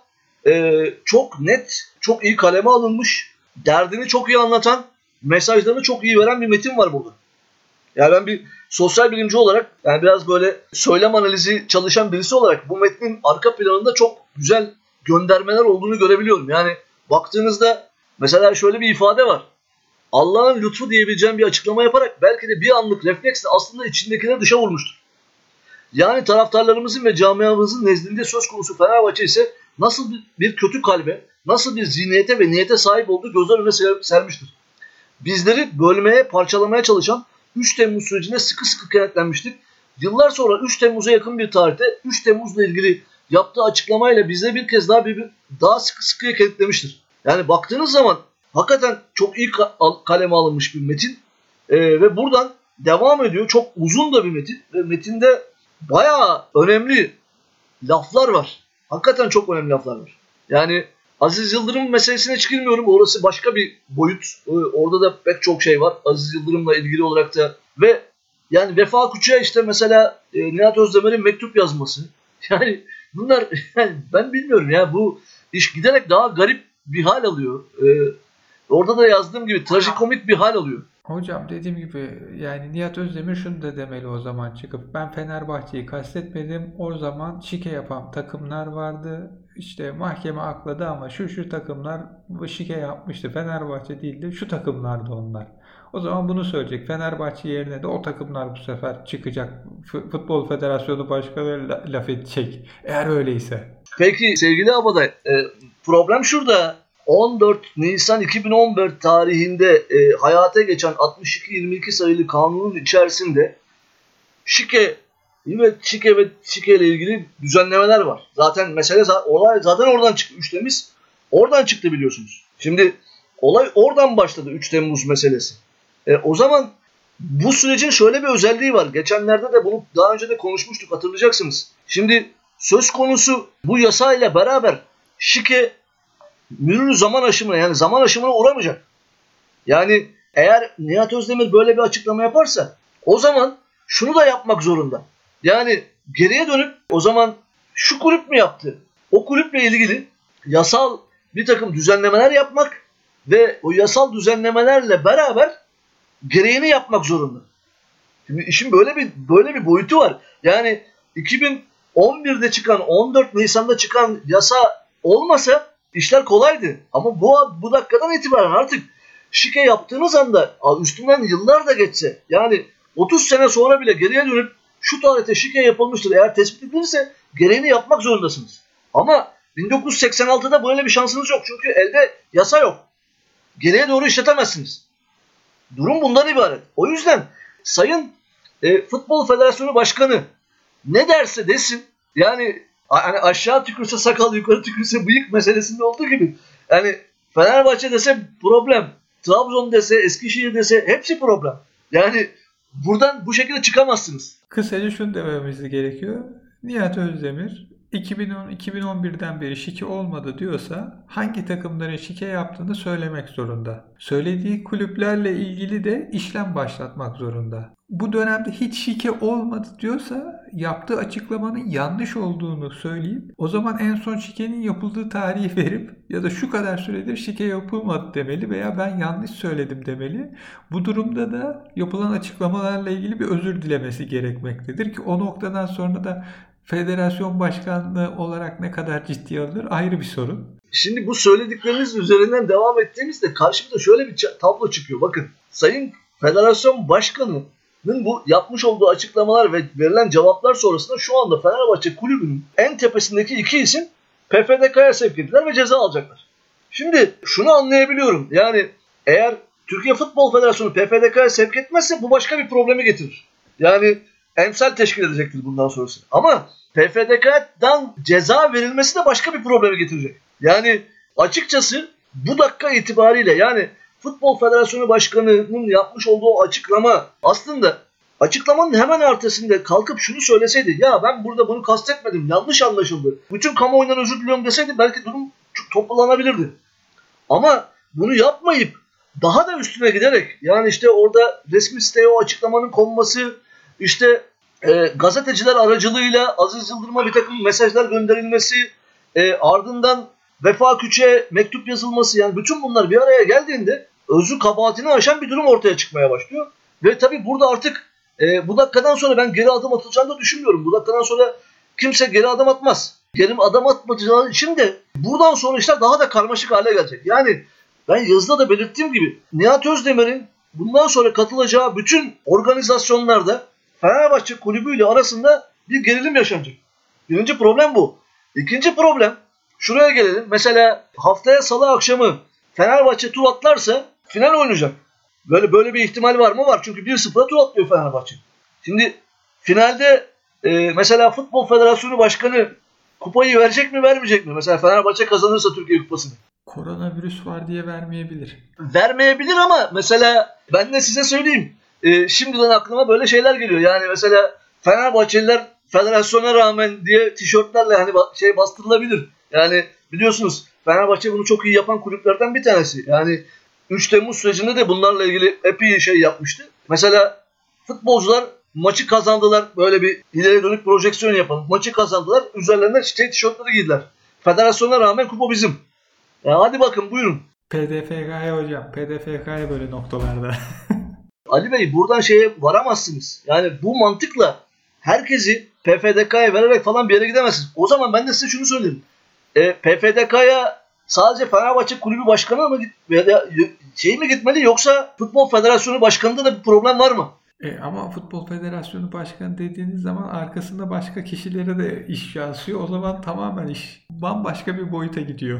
çok net, çok iyi kaleme alınmış, derdini çok iyi anlatan, mesajlarını çok iyi veren bir metin var burada. Yani ben bir sosyal bilimci olarak yani biraz böyle söylem analizi çalışan birisi olarak bu metnin arka planında çok güzel göndermeler olduğunu görebiliyorum. Yani baktığınızda mesela şöyle bir ifade var. Allah'ın lütfu diyebileceğim bir açıklama yaparak belki de bir anlık refleksle aslında içindekileri dışa vurmuştur. Yani taraftarlarımızın ve camiamızın nezdinde söz konusu Fenerbahçe ise nasıl bir kötü kalbe, nasıl bir zihniyete ve niyete sahip olduğu gözler önüne sermiştir. Bizleri bölmeye, parçalamaya çalışan 3 Temmuz sürecine sıkı sıkı kenetlenmiştik. Yıllar sonra 3 Temmuz'a yakın bir tarihte 3 Temmuz'la ilgili yaptığı açıklamayla bize bir kez daha sıkı sıkıya kenetlemiştir. Yani baktığınız zaman hakikaten çok iyi kaleme alınmış bir metin ve buradan devam ediyor. Çok uzun da bir metin ve metinde bayağı önemli laflar var. Hakikaten çok önemli laflar var. Yani Aziz Yıldırım meselesine hiç girmiyorum. Orası başka bir boyut. Orada da pek çok şey var. Aziz Yıldırım'la ilgili olarak da ve yani Vefa Kuçu'ya işte mesela Nihat Özdemir'in mektup yazması. Yani bunlar yani ben bilmiyorum ya bu iş giderek daha garip bir hal alıyor. orada da yazdığım gibi trajikomik bir hal oluyor. Hocam dediğim gibi yani Nihat Özdemir şunu da demeli o zaman çıkıp ben Fenerbahçe'yi kastetmedim. O zaman şike yapan takımlar vardı. İşte mahkeme akladı ama şu takımlar bu şike yapmıştı. Fenerbahçe değildi. Şu takımlardı onlar. O zaman bunu söyleyecek. Fenerbahçe yerine de o takımlar bu sefer çıkacak. Futbol Federasyonu Başkanı laf edecek. Eğer öyleyse. Peki sevgili Abaday, problem şurada. 14 Nisan 2011 tarihinde hayata geçen 62-22 sayılı kanunun içerisinde şike ve şike ile ilgili düzenlemeler var. Zaten mesele olay zaten oradan çıktı. 3 Temmuz oradan çıktı biliyorsunuz. Şimdi olay oradan başladı 3 Temmuz meselesi. O zaman bu sürecin şöyle bir özelliği var. Geçenlerde de bunu daha önce de konuşmuştuk, hatırlayacaksınız. Şimdi söz konusu bu yasayla beraber şike mürür zaman aşımına, yani zaman aşımına uğramayacak. Yani eğer Nihat Özdemir böyle bir açıklama yaparsa o zaman şunu da yapmak zorunda. Yani geriye dönüp o zaman şu kulüp mü yaptı? O kulüple ilgili yasal bir takım düzenlemeler yapmak ve o yasal düzenlemelerle beraber gereğini yapmak zorunda. Şimdi işin böyle bir boyutu var. Yani 2011'de çıkan, 14 Nisan'da çıkan yasa olmasa işler kolaydı. Ama bu dakikadan itibaren artık şike yaptığınız anda üstünden yıllar da geçse, yani 30 sene sonra bile geriye dönüp şu tarihte şike yapılmıştır eğer tespit edilirse gereğini yapmak zorundasınız. Ama 1986'da böyle bir şansınız yok. Çünkü elde yasa yok. Geriye doğru işletemezsiniz. Durum bundan ibaret. O yüzden Sayın Futbol Federasyonu Başkanı ne derse desin, yani aşağı tükürse sakal, yukarı tükürse bıyık meselesinde olduğu gibi, yani Fenerbahçe dese problem, Trabzon dese, Eskişehir dese hepsi problem. Yani buradan bu şekilde çıkamazsınız. Kısaca şunu dememiz gerekiyor. Nihat Özdemir 2010-2011'den beri şike olmadı diyorsa hangi takımların şike yaptığını söylemek zorunda. Söylediği kulüplerle ilgili de işlem başlatmak zorunda. Bu dönemde hiç şike olmadı diyorsa yaptığı açıklamanın yanlış olduğunu söyleyip o zaman en son şikenin yapıldığı tarihi verip ya da şu kadar süredir şike yapılmadı demeli veya ben yanlış söyledim demeli. Bu durumda da yapılan açıklamalarla ilgili bir özür dilemesi gerekmektedir ki o noktadan sonra da federasyon başkanlığı olarak ne kadar ciddiye alınır ayrı bir sorun. Şimdi bu söyledikleriniz üzerinden devam ettiğimizde karşımıza şöyle bir tablo çıkıyor. Bakın, Sayın Federasyon Başkanı'nın bu yapmış olduğu açıklamalar ve verilen cevaplar sonrasında şu anda Fenerbahçe Kulübü'nün en tepesindeki iki isim PFDK'ya sevk edildiler ve ceza alacaklar. Şimdi şunu anlayabiliyorum. Yani eğer Türkiye Futbol Federasyonu PFDK'ya sevk etmezse bu başka bir problemi getirir. Yani emsal teşkil edecektir bundan sonrası. Ama PFDK'dan ceza verilmesi de başka bir problemi getirecek. Yani açıkçası bu dakika itibariyle, yani Futbol Federasyonu Başkanı'nın yapmış olduğu açıklama, aslında açıklamanın hemen arkasında kalkıp şunu söyleseydi, ya ben burada bunu kastetmedim, yanlış anlaşıldı, bütün kamuoyundan özür diliyorum deseydi belki durum toplanabilirdi. Ama bunu yapmayıp daha da üstüne giderek, yani işte orada resmi siteye o açıklamanın konması, İşte gazeteciler aracılığıyla Aziz Yıldırım'a bir takım mesajlar gönderilmesi, ardından Vefa Küçük'e mektup yazılması, yani bütün bunlar bir araya geldiğinde özrü kabahatini aşan bir durum ortaya çıkmaya başlıyor. Ve tabii burada artık bu dakikadan sonra ben geri adım atılacağını da düşünmüyorum. Bu dakikadan sonra kimse geri adım atmaz. Geri adım atmayacağı için de buradan sonra işler daha da karmaşık hale gelecek. Yani ben yazıda da belirttiğim gibi Nihat Özdemir'in bundan sonra katılacağı bütün organizasyonlarda Fenerbahçe kulübüyle arasında bir gerilim yaşanacak. Birinci problem bu. İkinci problem, şuraya gelelim. Mesela haftaya salı akşamı Fenerbahçe tur atlarsa final oynayacak. Böyle bir ihtimal var mı? Var. Çünkü 1-0'a tur atlıyor Fenerbahçe. Şimdi finalde mesela Futbol Federasyonu Başkanı kupayı verecek mi, vermeyecek mi? Mesela Fenerbahçe kazanırsa Türkiye Kupası'nı. Koronavirüs var diye vermeyebilir. Vermeyebilir ama mesela ben de size söyleyeyim. Şimdiden aklıma böyle şeyler geliyor. Yani mesela Fenerbahçeliler federasyona rağmen diye tişörtlerle hani bastırılabilir. Yani biliyorsunuz Fenerbahçe bunu çok iyi yapan kulüplerden bir tanesi. Yani 3 Temmuz sürecinde de bunlarla ilgili epey şey yapmıştı. Mesela futbolcular maçı kazandılar. Böyle bir ileri dönük projeksiyon yapalım. Maçı kazandılar. Üzerlerine tişörtleri giydiler. Federasyona rağmen kupa bizim. Ya hadi bakın buyurun. PDFK'ya hocam. PDFK'ya böyle noktalarda. Ali Bey buradan şeye varamazsınız. Yani bu mantıkla herkesi PFDK'ya vererek falan bir yere gidemezsiniz. O zaman ben de size şunu söyleyeyim. PFDK'ya sadece Fenerbahçe Kulübü Başkanı mı mi gitmeli yoksa Futbol Federasyonu Başkanı'nda da bir problem var mı? Ama Futbol Federasyonu Başkanı dediğiniz zaman arkasında başka kişilere de iş yansıyor. O zaman tamamen iş bambaşka bir boyuta gidiyor.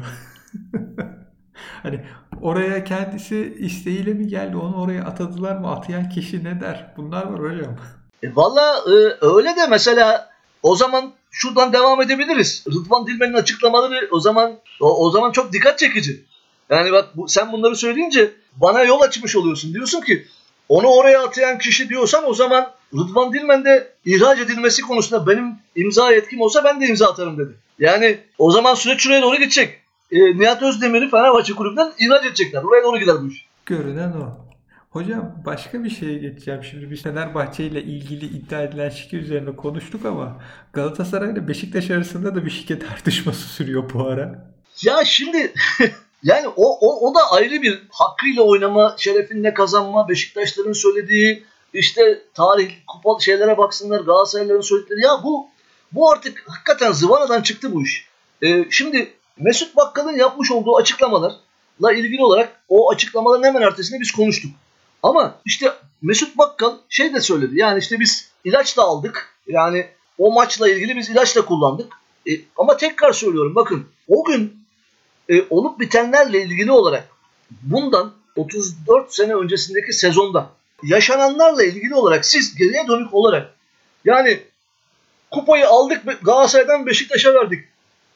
Hani oraya kendisi isteğiyle mi geldi? Onu oraya atadılar mı? Atayan kişi ne der? Bunlar var hocam. Valla öyle de mesela o zaman şuradan devam edebiliriz. Rıdvan Dilmen'in açıklamaları o zaman çok dikkat çekici. Yani bak sen bunları söyleyince bana yol açmış oluyorsun. Diyorsun ki onu oraya atayan kişi diyorsan o zaman Rıdvan Dilmen de ihraç edilmesi konusunda benim imza yetkim olsa ben de imza atarım dedi. Yani o zaman süreç şuraya doğru gidecek. Nihat Özdemir'i Fenerbahçe Kulübü'nden ihraç edecekler. Oraya doğru gider bu iş. Görünen o. Hocam başka bir şeye geçeceğim. Şimdi biz Fenerbahçe ile ilgili iddia edilen şike üzerine konuştuk ama Galatasaray ile Beşiktaş arasında da bir şike tartışması sürüyor bu ara. Ya şimdi yani o da ayrı bir hakkıyla oynama, şerefinle kazanma, Beşiktaşların söylediği işte tarih kupalı şeylere baksınlar, Galatasaraylıların söyledikleri. Ya bu artık hakikaten zıvanadan çıktı bu iş. Şimdi Mesut Bakkal'ın yapmış olduğu açıklamalarla ilgili olarak o açıklamaların hemen ertesinde biz konuştuk. Ama işte Mesut Bakkal şey de söyledi. Yani işte biz ilaç da aldık. Yani o maçla ilgili biz ilaç da kullandık. Ama tekrar söylüyorum bakın o gün olup bitenlerle ilgili olarak bundan 34 sene öncesindeki sezonda yaşananlarla ilgili olarak siz geriye dönük olarak yani kupayı aldık Galatasaray'dan Beşiktaş'a verdik.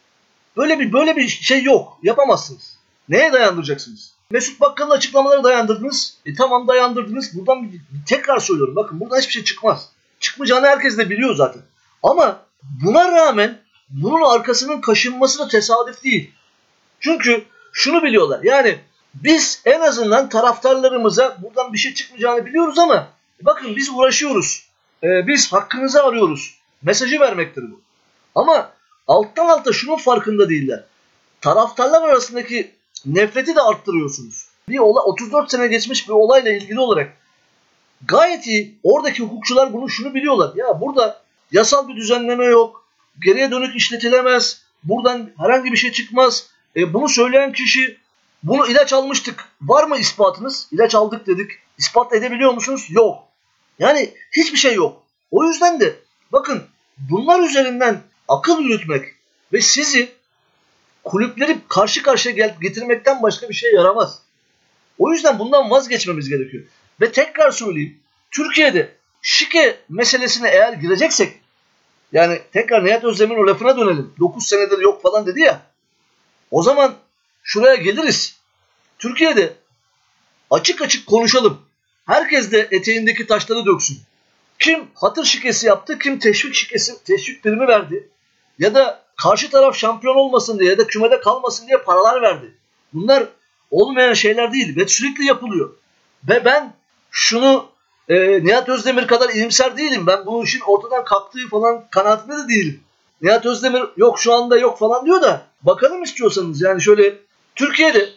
Böyle bir şey yok. Yapamazsınız. Neye dayandıracaksınız? Mesut Bakkal'ın açıklamaları dayandırdınız. Tamam dayandırdınız. Buradan tekrar söylüyorum. Bakın buradan hiçbir şey çıkmaz. Çıkmayacağını herkes de biliyor zaten. Ama buna rağmen bunun arkasının kaşınması da tesadüf değil. Çünkü şunu biliyorlar. Yani biz en azından taraftarlarımıza buradan bir şey çıkmayacağını biliyoruz ama bakın biz uğraşıyoruz. Biz hakkınızı arıyoruz. Mesajı vermektir bu. Ama alttan alta şunun farkında değiller. Taraftarlar arasındaki nefreti de arttırıyorsunuz. Bir 34 sene geçmiş bir olayla ilgili olarak gayet iyi oradaki hukukçular şunu biliyorlar. Ya burada yasal bir düzenleme yok. Geriye dönük işletilemez. Buradan herhangi bir şey çıkmaz. Bunu söyleyen kişi bunu ilaç almıştık. Var mı ispatınız? İlaç aldık dedik. İspat edebiliyor musunuz? Yok. Yani hiçbir şey yok. O yüzden de bakın bunlar üzerinden akıl yürütmek ve sizi kulüpleri karşı karşıya getirmekten başka bir şey yaramaz. O yüzden bundan vazgeçmemiz gerekiyor. Ve tekrar söyleyeyim. Türkiye'de şike meselesine eğer gireceksek yani tekrar Nihat Özdemir'in o lafına dönelim. 9 senedir yok falan dedi ya. O zaman şuraya geliriz. Türkiye'de açık açık konuşalım. Herkes de eteğindeki taşları döksün. Kim hatır şikesi yaptı, kim teşvik primi verdi. Ya da karşı taraf şampiyon olmasın diye ya da kümede kalmasın diye paralar verdi. Bunlar olmayan şeyler değil ve sürekli yapılıyor. Ve ben şunu Nihat Özdemir kadar iyimser değilim. Ben bu işin ortadan kalktığı falan kanaatinde de değilim. Nihat Özdemir yok şu anda yok falan diyor da bakalım istiyorsanız yani şöyle Türkiye'de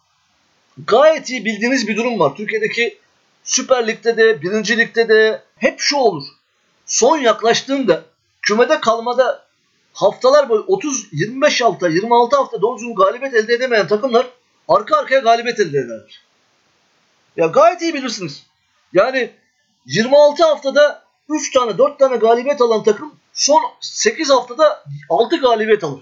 gayet iyi bildiğiniz bir durum var. Türkiye'deki Süper Lig'de de, 1. Lig'de de hep şu olur. Son yaklaştığında kümede kalmada haftalar boyu 25 hafta, 26 hafta doğru düzgün galibiyet elde edemeyen takımlar arka arkaya galibiyet elde ederler. Ya gayet iyi bilirsiniz. Yani 26 haftada 3 tane 4 tane galibiyet alan takım son 8 haftada 6 galibiyet alır.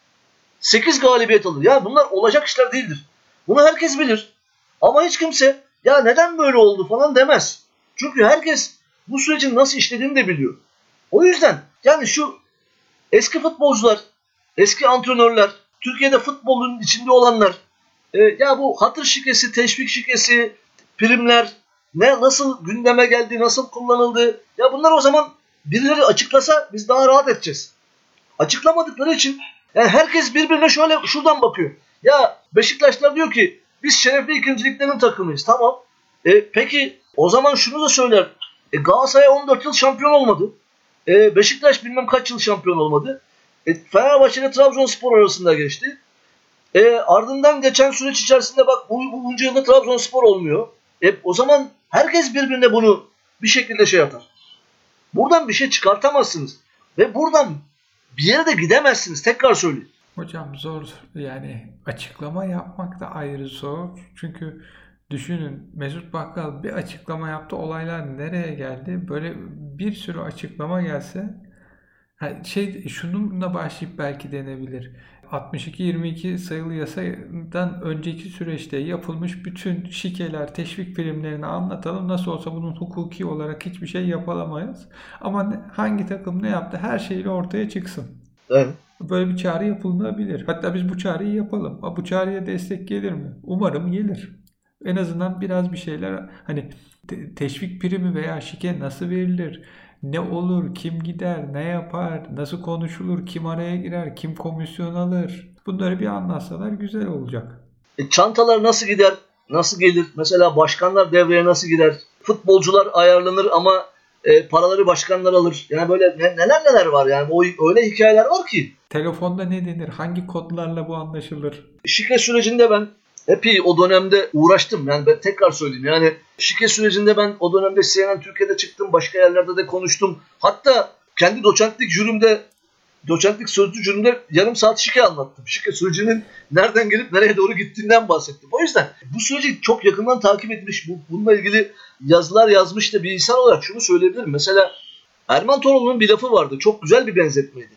8 galibiyet alır. Ya bunlar olacak işler değildir. Bunu herkes bilir. Ama hiç kimse ya neden böyle oldu falan demez. Çünkü herkes bu sürecin nasıl işlediğini de biliyor. O yüzden yani şu eski futbolcular, eski antrenörler, Türkiye'de futbolun içinde olanlar ya bu hatır şikesi, teşvik şikesi, primler nasıl gündeme geldi, nasıl kullanıldı? Ya bunlar o zaman birileri açıklasa biz daha rahat edeceğiz. Açıklamadıkları için yani herkes birbirine şöyle şuradan bakıyor. Ya Beşiktaşlar diyor ki biz şerefli ikinciliklerin takımıyız. Tamam. Peki o zaman şunu da söyler. Galatasaray 14 yıl şampiyon olmadı. Beşiktaş bilmem kaç yıl şampiyon olmadı. Fenerbahçe ile Trabzonspor arasında geçti. Ardından geçen süreç içerisinde bak bunca yılda Trabzonspor olmuyor. O zaman herkes birbirine bunu bir şekilde şey yapar. Buradan bir şey çıkartamazsınız. Ve buradan bir yere de gidemezsiniz. Tekrar söyleyeyim. Hocam zor, yani açıklama yapmak da ayrı zor. Çünkü düşünün, Mesut Bakkal bir açıklama yaptı, olaylar nereye geldi? Böyle bir sürü açıklama gelse, şununla başlayıp belki denebilir. 62-22 sayılı yasadan önceki süreçte yapılmış bütün şikeler, teşvik primlerini anlatalım. Nasıl olsa bunun hukuki olarak hiçbir şey yapılamayız. Ama hangi takım ne yaptı, her şeyle ortaya çıksın. Evet. Böyle bir çağrı yapılabilir. Hatta biz bu çağrıyı yapalım. Bu çağrıya destek gelir mi? Umarım gelir. En azından biraz bir şeyler, hani teşvik primi veya şike nasıl verilir? Ne olur? Kim gider? Ne yapar? Nasıl konuşulur? Kim araya girer? Kim komisyon alır? Bunları bir anlatsalar güzel olacak. Çantalar nasıl gider? Nasıl gelir? Mesela başkanlar devreye nasıl gider? Futbolcular ayarlanır ama paraları başkanlar alır. Yani böyle neler var yani. Öyle hikayeler var ki. Telefonda ne denir? Hangi kodlarla bu anlaşılır? Şike sürecinde ben epey o dönemde uğraştım. Yani ben tekrar söyleyeyim. Yani şike sürecinde ben o dönemde CNN Türkiye'de çıktım. Başka yerlerde de konuştum. Hatta kendi doçentlik sözlü jürimde yarım saat şike anlattım. Şike sürecinin nereden gelip nereye doğru gittiğinden bahsettim. O yüzden bu süreci çok yakından takip etmiş, bununla ilgili yazılar yazmış da bir insan olarak şunu söyleyebilirim. Mesela Erman Toroğlu'nun bir lafı vardı. Çok güzel bir benzetmeydi.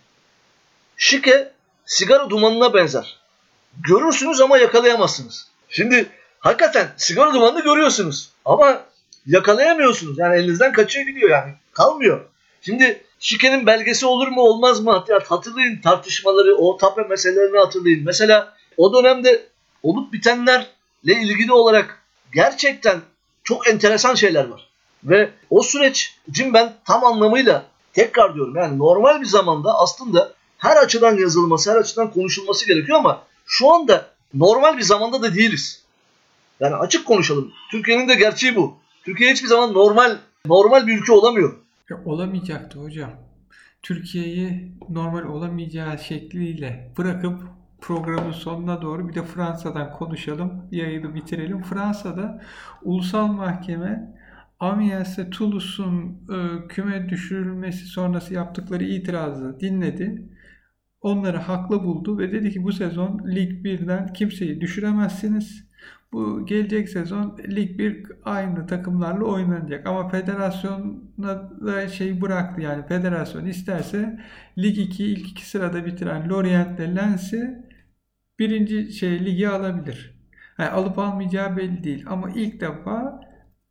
Şike sigara dumanına benzer. Görürsünüz ama yakalayamazsınız. Şimdi hakikaten sigara dumanını görüyorsunuz ama yakalayamıyorsunuz. Yani elinizden kaçıyor gidiyor yani. Kalmıyor. Şimdi şikenin belgesi olur mu olmaz mı? Hatırlayın tartışmaları, o tape meselelerini hatırlayın. Mesela o dönemde olup bitenlerle ilgili olarak gerçekten çok enteresan şeyler var. Ve o sürecin ben tam anlamıyla tekrar diyorum yani normal bir zamanda aslında her açıdan yazılması, her açıdan konuşulması gerekiyor ama şu anda normal bir zamanda da değiliz. Yani açık konuşalım. Türkiye'nin de gerçeği bu. Türkiye hiçbir zaman normal bir ülke olamıyor. Olamayacaktı hocam. Türkiye'yi normal olamayacağı şekliyle bırakıp programın sonuna doğru bir de Fransa'dan konuşalım. Yayını bitirelim. Fransa'da Ulusal Mahkeme Amiens'e Toulouse'un küme düşürülmesi sonrası yaptıkları itirazı dinledi. Onları haklı buldu ve dedi ki bu sezon Lig 1'den kimseyi düşüremezsiniz. Bu gelecek sezon Lig 1 aynı takımlarla oynanacak. Ama federasyona da bıraktı. Yani federasyon isterse Lig 2'yi ilk 2 sırada bitiren Lorient'le Lens'i birinci ligi alabilir. Yani alıp almayacağı belli değil. Ama ilk defa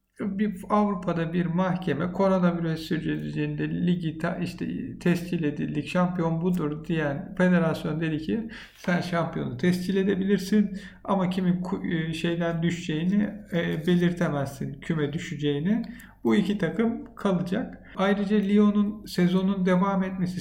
Avrupa'da bir mahkeme koronavirüs sürecinde ligi tescil edildik, şampiyon budur diyen federasyon dedi ki sen şampiyonu tescil edebilirsin ama kimin şeyden düşeceğini belirtemezsin, küme düşeceğini. Bu iki takım kalacak. Ayrıca Lyon'un sezonun devam etmesi,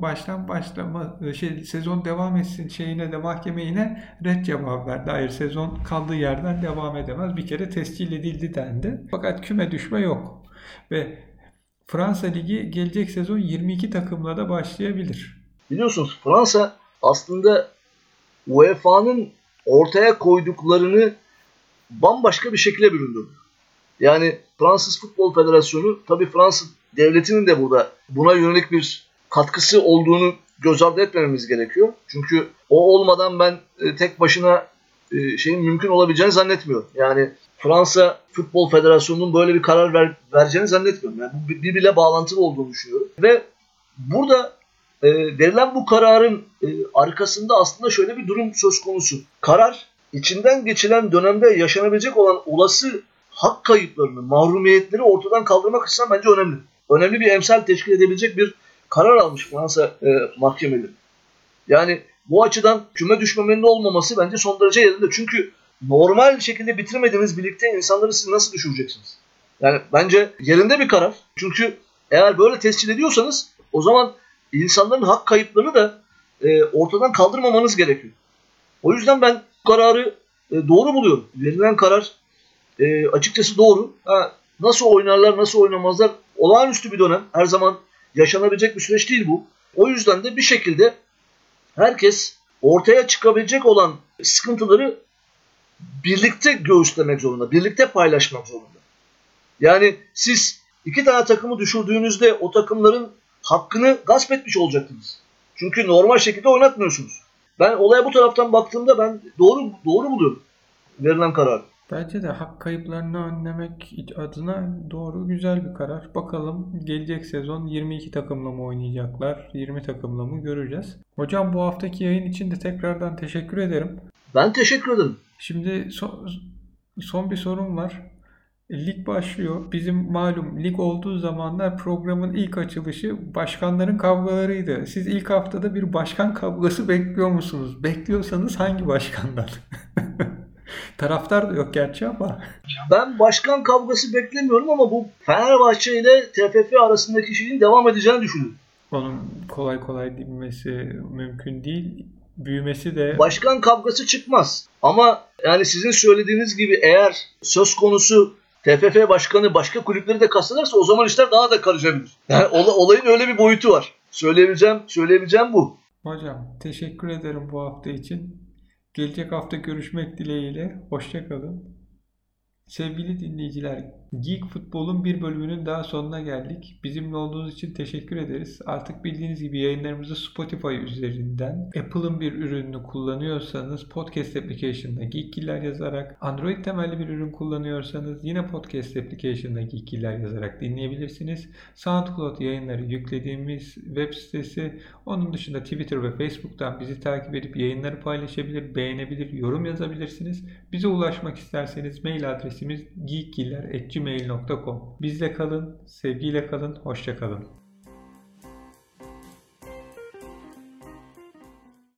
sezon devam etsin de mahkeme yine red cevap verdi. Hayır, sezon kaldığı yerden devam edemez. Bir kere tescil edildi dendi. Fakat küme düşme yok. Ve Fransa Ligi gelecek sezon 22 takımla da başlayabilir. Biliyorsunuz Fransa aslında UEFA'nın ortaya koyduklarını bambaşka bir şekilde büründü. Yani Fransız Futbol Federasyonu, tabii Fransız devletinin de burada buna yönelik bir katkısı olduğunu göz ardı etmememiz gerekiyor. Çünkü o olmadan ben tek başına mümkün olabileceğini zannetmiyorum. Yani Fransa Futbol Federasyonu'nun böyle bir karar vereceğini zannetmiyorum. Yani bu birbiriyle bağlantılı olduğunu düşünüyorum. Ve burada verilen bu kararın arkasında aslında şöyle bir durum söz konusu. Karar içinden geçilen dönemde yaşanabilecek olan olası hak kayıplarını, mahrumiyetleri ortadan kaldırmak açısından bence önemli. Önemli bir emsal teşkil edebilecek bir karar almış Fransa mahkemeleri. Yani bu açıdan küme düşmemenin olmaması bence son derece yerinde. Çünkü normal şekilde bitirmediğiniz birlikte insanları siz nasıl düşüreceksiniz? Yani bence yerinde bir karar. Çünkü eğer böyle tescil ediyorsanız o zaman insanların hak kayıplarını da ortadan kaldırmamanız gerekiyor. O yüzden ben bu kararı doğru buluyorum. Verilen karar açıkçası doğru. Nasıl oynarlar, nasıl oynamazlar olağanüstü bir dönem. Her zaman yaşanabilecek bir süreç değil bu. O yüzden de bir şekilde herkes ortaya çıkabilecek olan sıkıntıları birlikte göğüslemek zorunda, birlikte paylaşmak zorunda. Yani siz 2 tane takımı düşürdüğünüzde o takımların hakkını gasp etmiş olacaktınız. Çünkü normal şekilde oynatmıyorsunuz. Ben olaya bu taraftan baktığımda ben doğru buluyorum verilen kararı. Bence de hak kayıplarını önlemek adına doğru, güzel bir karar. Bakalım gelecek sezon 22 takımla mı oynayacaklar, 20 takımla mı göreceğiz. Hocam bu haftaki yayın için de tekrardan teşekkür ederim. Ben teşekkür ederim. Şimdi son bir sorum var. Lig başlıyor. Bizim malum lig olduğu zamanlar programın ilk açılışı başkanların kavgalarıydı. Siz ilk haftada bir başkan kavgası bekliyor musunuz? Bekliyorsanız hangi başkandan? Taraftar da yok gerçi ama. Ben başkan kavgası beklemiyorum ama bu Fenerbahçe ile TFF arasındaki şeyin devam edeceğini düşünüyorum. Onun kolay kolay dinmesi mümkün değil. Büyümesi de... Başkan kavgası çıkmaz. Ama yani sizin söylediğiniz gibi eğer söz konusu TFF başkanı başka kulüpleri de kastederse o zaman işler daha da karışabilir. Yani olayın öyle bir boyutu var. Söyleyebileceğim bu. Hocam teşekkür ederim bu hafta için. Gelecek hafta görüşmek dileğiyle. Hoşça kalın. Sevgili dinleyiciler, Geek Futbol'un bir bölümünün daha sonuna geldik. Bizimle olduğunuz için teşekkür ederiz. Artık bildiğiniz gibi yayınlarımızı Spotify üzerinden, Apple'ın bir ürününü kullanıyorsanız Podcast Application'da Geekgiller yazarak, Android temelli bir ürün kullanıyorsanız yine Podcast Application'da Geekgiller yazarak dinleyebilirsiniz. SoundCloud yayınları yüklediğimiz web sitesi. Onun dışında Twitter ve Facebook'tan bizi takip edip yayınları paylaşabilir, beğenebilir, yorum yazabilirsiniz. Bize ulaşmak isterseniz mail adresimiz geekgiller@gmail.com. Bizle kalın, sevgiyle kalın, hoşça kalın.